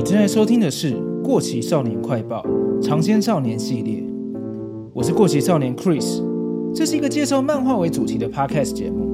正在收听的是《过期少年快报》尝鲜少年系列，我是过期少年 Chris， 这是一个介绍漫画为主题的 Podcast 节目。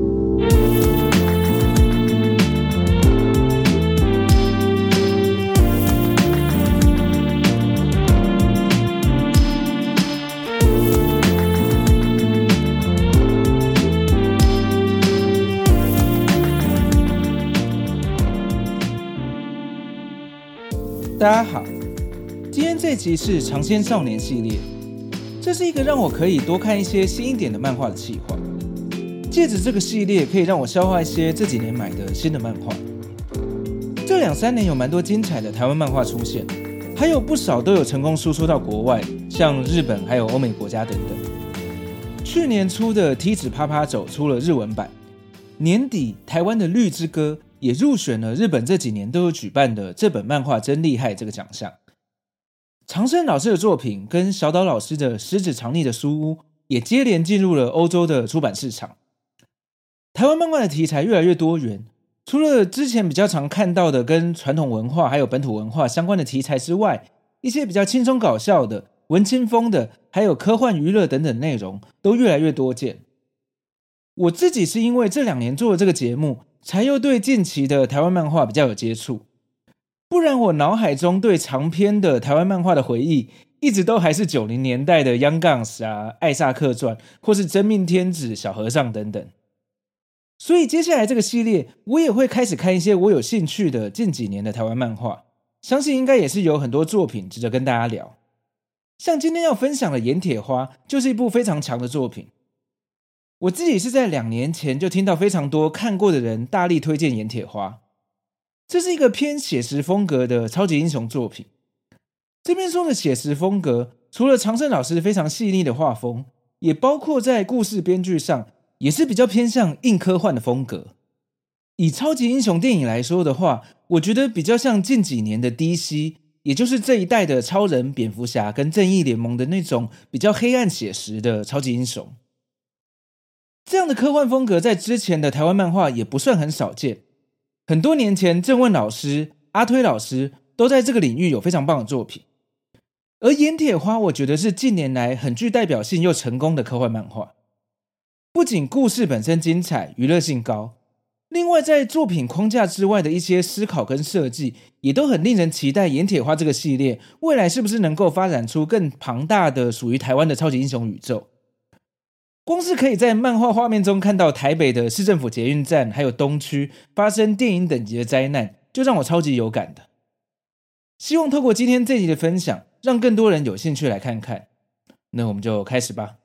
大家好，今天这集是尝鲜少年系列，这是一个让我可以多看一些新一点的漫画的企划。借着这个系列，可以让我消化一些这几年买的新的漫画。这2-3年有蛮多精彩的台湾漫画出现，还有不少都有成功输出到国外，像日本还有欧美国家等等。去年出的《梯子啪啪走》出了日文版，年底台湾的《绿之歌》也入选了日本这几年都有举办的这本漫画真厉害这个奖项。长生老师的作品跟小岛老师的狮子藏匿的书屋也接连进入了欧洲的出版市场。台湾漫画的题材越来越多元，除了之前比较常看到的跟传统文化还有本土文化相关的题材之外，一些比较轻松搞笑的、文青风的，还有科幻娱乐等等内容都越来越多见。我自己是因为这2年做了这个节目，才又对近期的台湾漫画比较有接触，不然我脑海中对长篇的台湾漫画的回忆，一直都还是90年代的 Young Guns 啊、艾萨克传，或是真命天子、小和尚等等。所以接下来这个系列，我也会开始看一些我有兴趣的近几年的台湾漫画，相信应该也是有很多作品值得跟大家聊。像今天要分享的《盐铁花》，就是一部非常强的作品。我自己是在2年前就听到非常多看过的人大力推荐《盐铁花》，这是一个偏写实风格的超级英雄作品。这边说的写实风格，除了长生老师非常细腻的画风，也包括在故事编剧上也是比较偏向硬科幻的风格。以超级英雄电影来说的话，我觉得比较像近几年的 DC， 也就是这一代的超人、蝙蝠侠跟正义联盟的那种比较黑暗写实的超级英雄。这样的科幻风格在之前的台湾漫画也不算很少见，很多年前郑问老师、阿推老师都在这个领域有非常棒的作品。而盐铁花我觉得是近年来很具代表性又成功的科幻漫画，不仅故事本身精彩，娱乐性高，另外在作品框架之外的一些思考跟设计，也都很令人期待盐铁花这个系列未来是不是能够发展出更庞大的属于台湾的超级英雄宇宙。光是可以在漫画画面中看到台北的市政府捷运站还有东区发生电影等级的灾难，就让我超级有感的。希望透过今天这集的分享，让更多人有兴趣来看看。那我们就开始吧。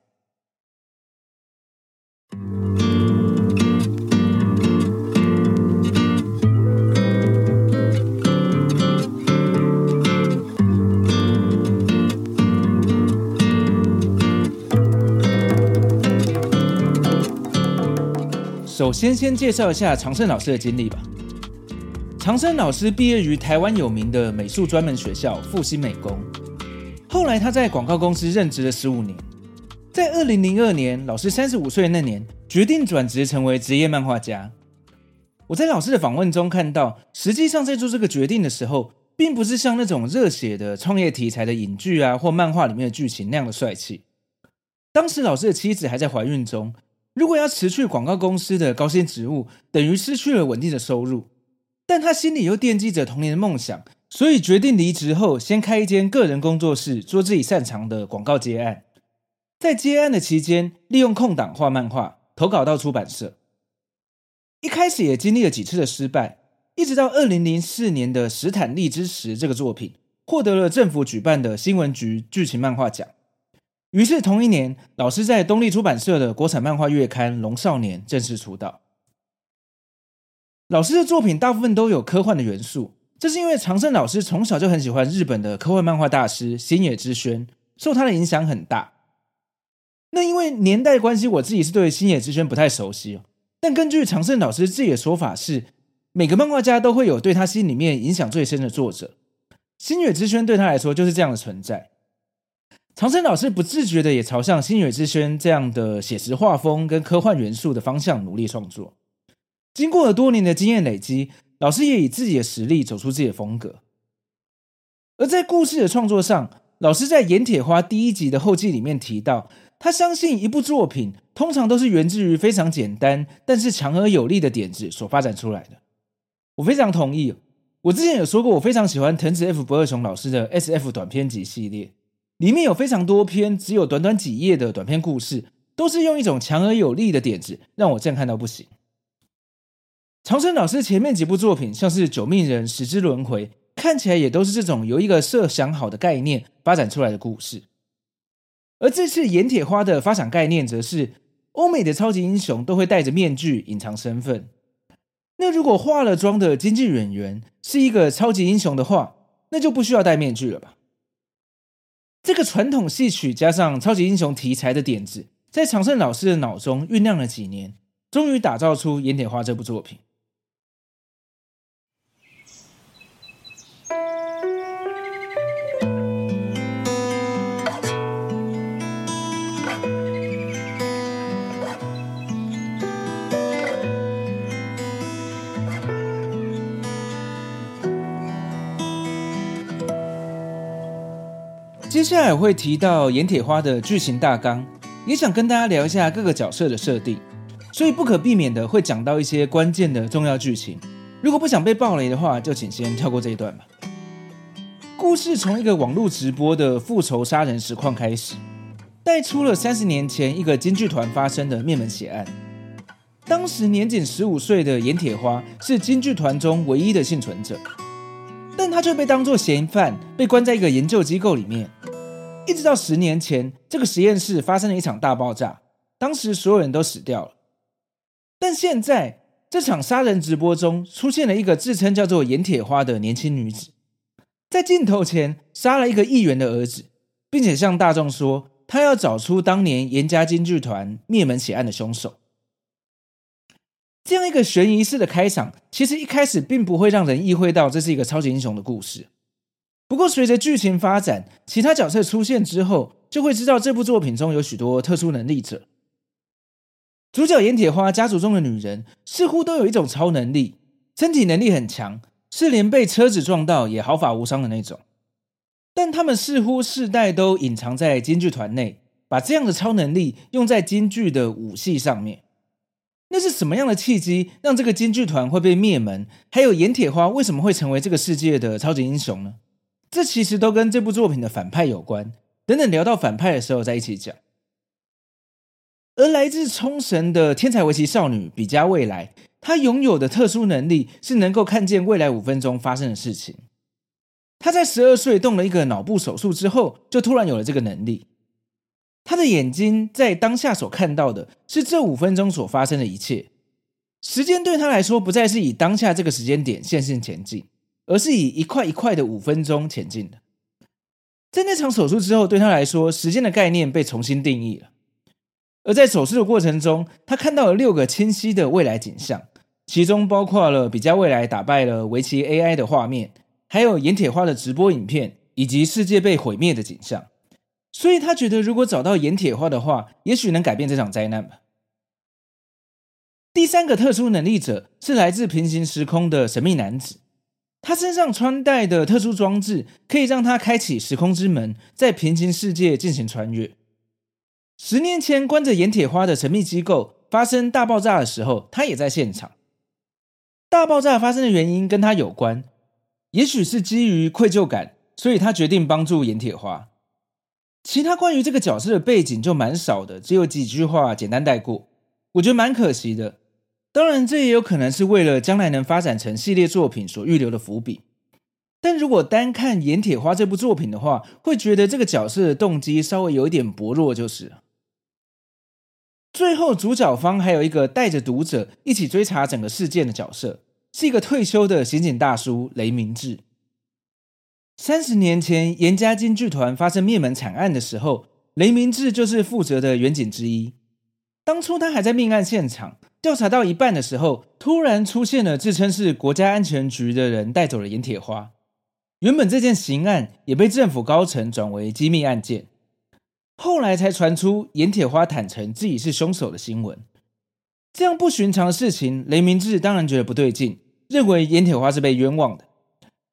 首先介绍一下长生老师的经历吧。长生老师毕业于台湾有名的美术专门学校复兴美工，后来他在广告公司任职了15年。在2002年，老师35岁那年，决定转职成为职业漫画家。我在老师的访问中看到，实际上在做这个决定的时候，并不是像那种热血的创业题材的影剧啊，或漫画里面的剧情那样的帅气。当时老师的妻子还在怀孕中，如果要辞去广告公司的高薪职务，等于失去了稳定的收入，但他心里又惦记着童年的梦想，所以决定离职后先开一间个人工作室，做自己擅长的广告接案。在接案的期间，利用空档画漫画，投稿到出版社。一开始也经历了几次的失败，一直到2004年的《史坦利之石》这个作品获得了政府举办的新闻局剧情漫画奖。于是同一年，老师在东立出版社的国产漫画月刊《龙少年》正式出道。老师的作品大部分都有科幻的元素，这是因为长生老师从小就很喜欢日本的科幻漫画大师星野之轩，受他的影响很大。那因为年代关系，我自己是对星野之轩不太熟悉，但根据长生老师自己的说法是，每个漫画家都会有对他心里面影响最深的作者，星野之轩对他来说就是这样的存在。长生老师不自觉的也朝向星野之轩这样的写实画风跟科幻元素的方向努力创作。经过了多年的经验累积，老师也以自己的实力走出自己的风格。 而在故事的创作上，老师在《盐铁花》第1集的后记里面提到，他相信一部作品通常都是源自于非常简单但是强而有力的点子所发展出来的。我非常同意。我之前有说过，我非常喜欢藤子 F 不二雄老师的 SF 短篇集系列，里面有非常多篇只有短短几页的短篇故事，都是用一种强而有力的点子让我震撼到不行。长生老师前面几部作品像是九命人、十之轮回，看起来也都是这种由一个设想好的概念发展出来的故事。而这次盐铁花的发展概念则是欧美的超级英雄都会戴着面具隐藏身份，那如果化了妆的京剧演员是一个超级英雄的话，那就不需要戴面具了吧。这个传统戏曲加上超级英雄题材的点子，在长胜老师的脑中酝酿了几年，终于打造出盐铁花这部作品。接下来我会提到盐铁花的剧情大纲，也想跟大家聊一下各个角色的设定，所以不可避免的会讲到一些关键的重要剧情。如果不想被爆雷的话，就请先跳过这一段吧。故事从一个网络直播的复仇杀人实况开始，带出了30年前一个京剧团发生的灭门血案。当时年仅15岁的盐铁花是京剧团中唯一的幸存者，但他却被当作嫌犯，被关在一个研究机构里面。一直到10年前，这个实验室发生了一场大爆炸，当时所有人都死掉了。但现在这场杀人直播中出现了一个自称叫做盐铁花的年轻女子，在镜头前杀了一个议员的儿子，并且向大众说她要找出当年盐家京剧团灭门血案的凶手。这样一个悬疑式的开场，其实一开始并不会让人意会到这是一个超级英雄的故事。不过随着剧情发展，其他角色出现之后，就会知道这部作品中有许多特殊能力者。主角盐铁花家族中的女人似乎都有一种超能力，身体能力很强，是连被车子撞到也毫发无伤的那种。但他们似乎世代都隐藏在京剧团内，把这样的超能力用在京剧的武戏上面。那是什么样的契机让这个京剧团会被灭门？还有盐铁花为什么会成为这个世界的超级英雄呢？这其实都跟这部作品的反派有关，等等聊到反派的时候再一起讲。而来自冲绳的天才围棋少女比嘉未来，她拥有的特殊能力是能够看见未来5分钟发生的事情。她在12岁动了一个脑部手术之后，就突然有了这个能力。她的眼睛在当下所看到的是这5分钟所发生的一切，时间对她来说不再是以当下这个时间点线性前进，而是以一块一块的5分钟前进的。在那场手术之后，对他来说，时间的概念被重新定义了。而在手术的过程中，他看到了6个清晰的未来景象，其中包括了比嘉未来打败了围棋 AI 的画面，还有盐铁花的直播影片，以及世界被毁灭的景象。所以他觉得如果找到盐铁花的话，也许能改变这场灾难吧。第3个特殊能力者是来自平行时空的神秘男子，他身上穿戴的特殊装置可以让他开启时空之门，在平行世界进行穿越。10年前关着盐铁花的神秘机构发生大爆炸的时候，他也在现场。大爆炸发生的原因跟他有关，也许是基于愧疚感，所以他决定帮助盐铁花。其他关于这个角色的背景就蛮少的，只有几句话简单带过，我觉得蛮可惜的。当然这也有可能是为了将来能发展成系列作品所预留的伏笔，但如果单看盐铁花这部作品的话，会觉得这个角色的动机稍微有一点薄弱就是了。最后主角方还有一个带着读者一起追查整个事件的角色，是一个退休的刑警大叔雷明志。30年前盐家京剧团发生灭门惨案的时候，雷明志就是负责的员警之一。当初他还在命案现场调查到一半的时候，突然出现了自称是国家安全局的人带走了盐铁花。原本这件刑案也被政府高层转为机密案件，后来才传出盐铁花坦诚自己是凶手的新闻。这样不寻常的事情，雷明志当然觉得不对劲，认为盐铁花是被冤枉的。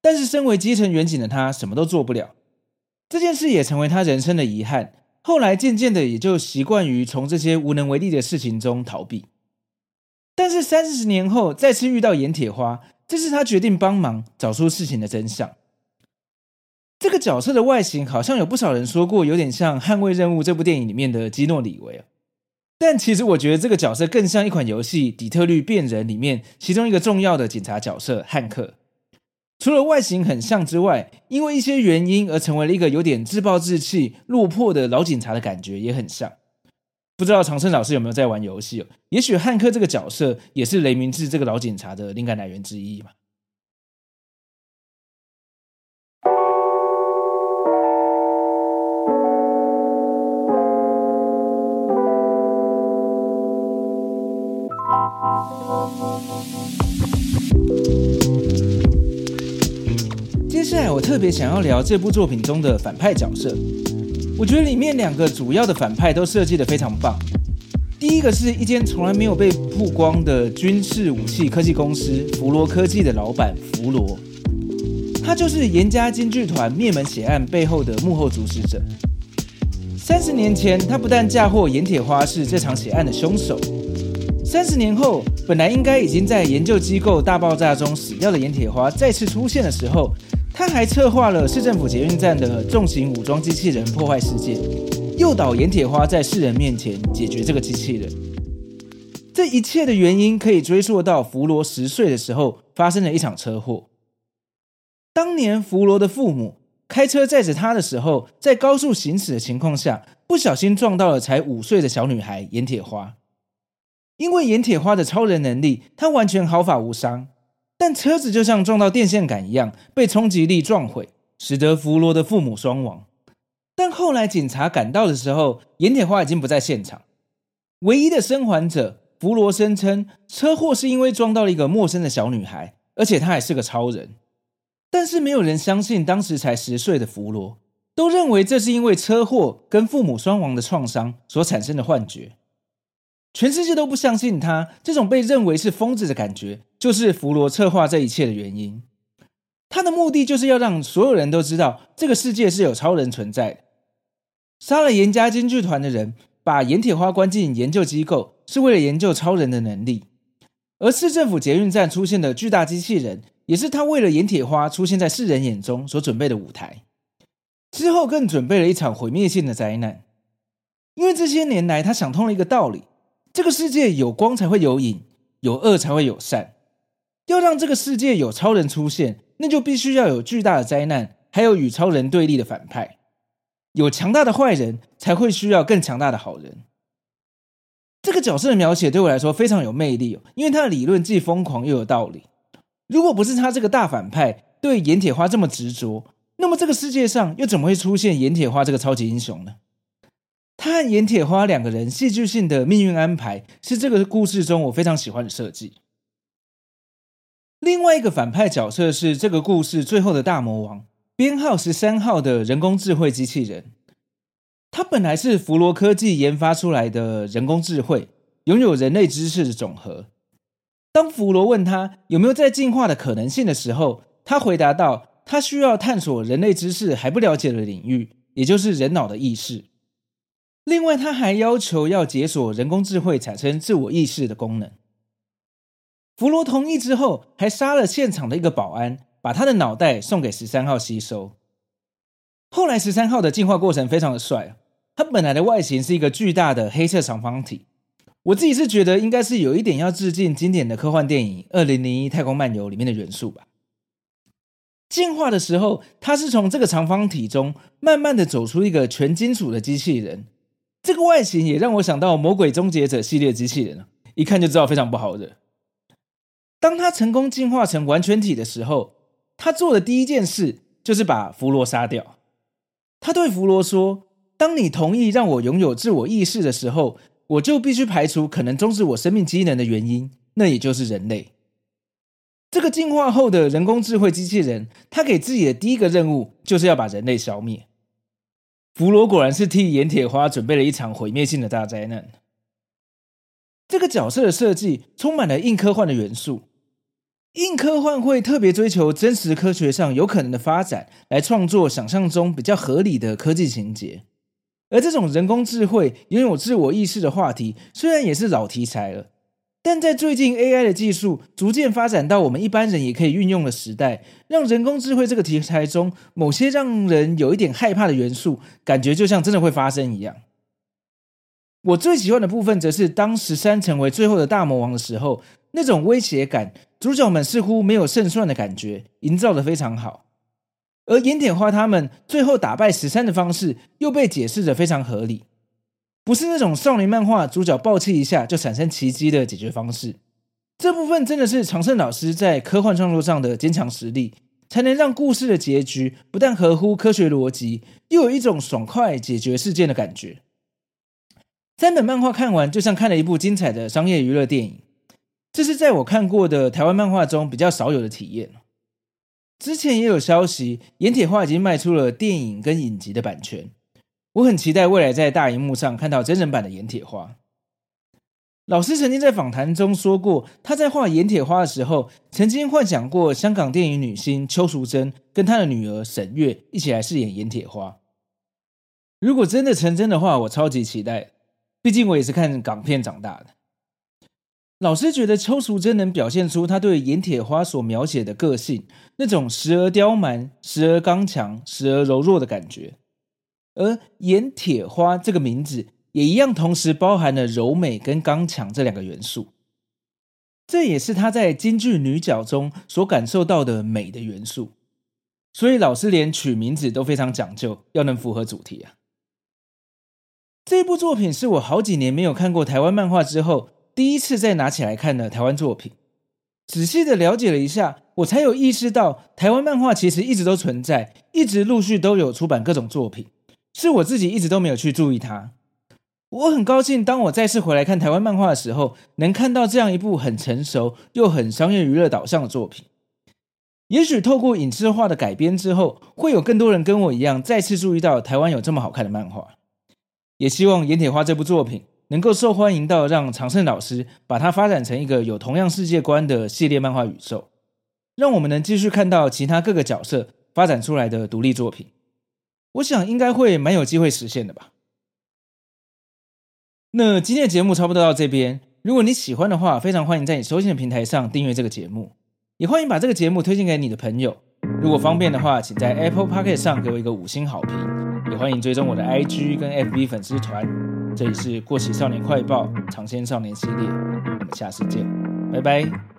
但是身为基层员警的他什么都做不了，这件事也成为他人生的遗憾。后来渐渐的也就习惯于从这些无能为力的事情中逃避。但是30年后再次遇到盐铁花，这次他决定帮忙找出事情的真相。这个角色的外形好像有不少人说过有点像《捍卫任务》这部电影里面的基诺里维，但其实我觉得这个角色更像一款游戏《底特律变人》里面其中一个重要的警察角色汉克。除了外形很像之外，因为一些原因而成为了一个有点自暴自弃、落魄的老警察的感觉也很像。不知道长生老师有没有在玩游戏也许汉克这个角色也是雷明志这个老警察的灵感来源之一嘛。接下来我特别想要聊这部作品中的反派角色，我觉得里面2个主要的反派都设计得非常棒。第一个是一间从来没有被曝光的军事武器科技公司福罗科技的老板福罗，他就是严家金剧团灭门血案背后的幕后主使者。30年前，他不但嫁祸盐铁花是这场血案的凶手，30年后，本来应该已经在研究机构大爆炸中死掉的盐铁花再次出现的时候，他还策划了市政府捷运站的重型武装机器人破坏事件，诱导盐铁花在世人面前解决这个机器人。这一切的原因可以追溯到福罗10岁的时候发生了一场车祸。当年福罗的父母开车载着他的时候，在高速行驶的情况下，不小心撞到了才5岁的小女孩盐铁花。因为盐铁花的超人能力，她完全毫发无伤，但车子就像撞到电线杆一样，被冲击力撞毁，使得福罗的父母双亡。但后来警察赶到的时候，盐铁花已经不在现场。唯一的生还者福罗声称，车祸是因为撞到了一个陌生的小女孩，而且他还是个超人。但是没有人相信当时才10岁的福罗，都认为这是因为车祸跟父母双亡的创伤所产生的幻觉。全世界都不相信他，这种被认为是疯子的感觉，就是福罗策划这一切的原因。他的目的就是要让所有人都知道，这个世界是有超人存在的。杀了严家金剧团的人，把盐铁花关进研究机构，是为了研究超人的能力。而市政府捷运站出现的巨大机器人，也是他为了盐铁花出现在世人眼中所准备的舞台。之后更准备了一场毁灭性的灾难。因为这些年来他想通了一个道理，这个世界有光才会有影，有恶才会有善。要让这个世界有超人出现，那就必须要有巨大的灾难，还有与超人对立的反派。有强大的坏人，才会需要更强大的好人。这个角色的描写对我来说非常有魅力因为他的理论既疯狂又有道理。如果不是他这个大反派对盐铁花这么执着，那么这个世界上又怎么会出现盐铁花这个超级英雄呢？他和盐铁花2个人戏剧性的命运安排，是这个故事中我非常喜欢的设计。另外一个反派角色是这个故事最后的大魔王，编号13号的人工智慧机器人。它本来是福罗科技研发出来的人工智慧，拥有人类知识的总和。当福罗问他有没有再进化的可能性的时候，他回答道，他需要探索人类知识还不了解的领域，也就是人脑的意识。另外他还要求要解锁人工智慧产生自我意识的功能。福罗同意之后，还杀了现场的一个保安，把他的脑袋送给13号吸收。后来13号的进化过程非常的帅，他本来的外形是一个巨大的黑色长方体，我自己是觉得应该是有一点要致敬经典的科幻电影《2001太空漫游》里面的元素吧。进化的时候，他是从这个长方体中慢慢的走出一个全金属的机器人，这个外形也让我想到魔鬼终结者系列机器人，一看就知道非常不好惹。当他成功进化成完全体的时候，他做的第一件事就是把福罗杀掉。他对福罗说，当你同意让我拥有自我意识的时候，我就必须排除可能终止我生命机能的原因，那也就是人类。这个进化后的人工智慧机器人，他给自己的第一个任务就是要把人类消灭。福罗果然是替盐铁花准备了一场毁灭性的大灾难。这个角色的设计充满了硬科幻的元素， 硬科幻会特别追求真实科学上有可能的发展，来创作想象中比较合理的科技情节。而这种人工智慧拥有自我意识的话题，虽然也是老题材了，但在最近 AI 的技术逐渐发展到我们一般人也可以运用的时代，让人工智慧这个题材中某些让人有一点害怕的元素，感觉就像真的会发生一样。我最喜欢的部分则是当13成为最后的大魔王的时候，那种威胁感，主角们似乎没有胜算的感觉，营造得非常好。而盐铁花他们最后打败13的方式又被解释得非常合理，不是那种少年漫画主角爆气一下就产生奇迹的解决方式。这部分真的是常胜老师在科幻创作上的坚强实力，才能让故事的结局不但合乎科学逻辑，又有一种爽快解决事件的感觉。3本漫画看完就像看了一部精彩的商业娱乐电影，这是在我看过的台湾漫画中比较少有的体验。之前也有消息，盐铁花已经卖出了电影跟影集的版权，我很期待未来在大荧幕上看到真人版的盐铁花。老师曾经在访谈中说过，他在画盐铁花的时候，曾经幻想过香港电影女星邱淑贞跟她的女儿沈月一起来饰演盐铁花。如果真的成真的话，我超级期待，毕竟我也是看港片长大的。老师觉得邱淑贞能表现出她对盐铁花所描写的个性，那种时而刁蛮、时而刚强、时而柔弱的感觉。而盐铁花这个名字也一样，同时包含了柔美跟刚强这2个元素。这也是她在京剧女角中所感受到的美的元素。所以老师连取名字都非常讲究，要能符合主题啊。这部作品是我好几年没有看过台湾漫画之后，第一次再拿起来看的台湾作品。仔细的了解了一下，我才有意识到台湾漫画其实一直都存在，一直陆续都有出版各种作品，是我自己一直都没有去注意它。我很高兴当我再次回来看台湾漫画的时候，能看到这样一部很成熟又很商业娱乐导向的作品。也许透过影视化的改编之后，会有更多人跟我一样再次注意到台湾有这么好看的漫画。也希望盐铁花这部作品能够受欢迎到让常胜老师把它发展成一个有同样世界观的系列漫画宇宙，让我们能继续看到其他各个角色发展出来的独立作品。我想应该会蛮有机会实现的吧。那今天的节目差不多到这边，如果你喜欢的话，非常欢迎在你收听的平台上订阅这个节目，也欢迎把这个节目推荐给你的朋友。如果方便的话，请在 Apple Podcast 上给我一个5星好评，也欢迎追踪我的 IG 跟 FB 粉丝团。这里是过期少年快报尝鲜少年系列，我们下次见，拜拜。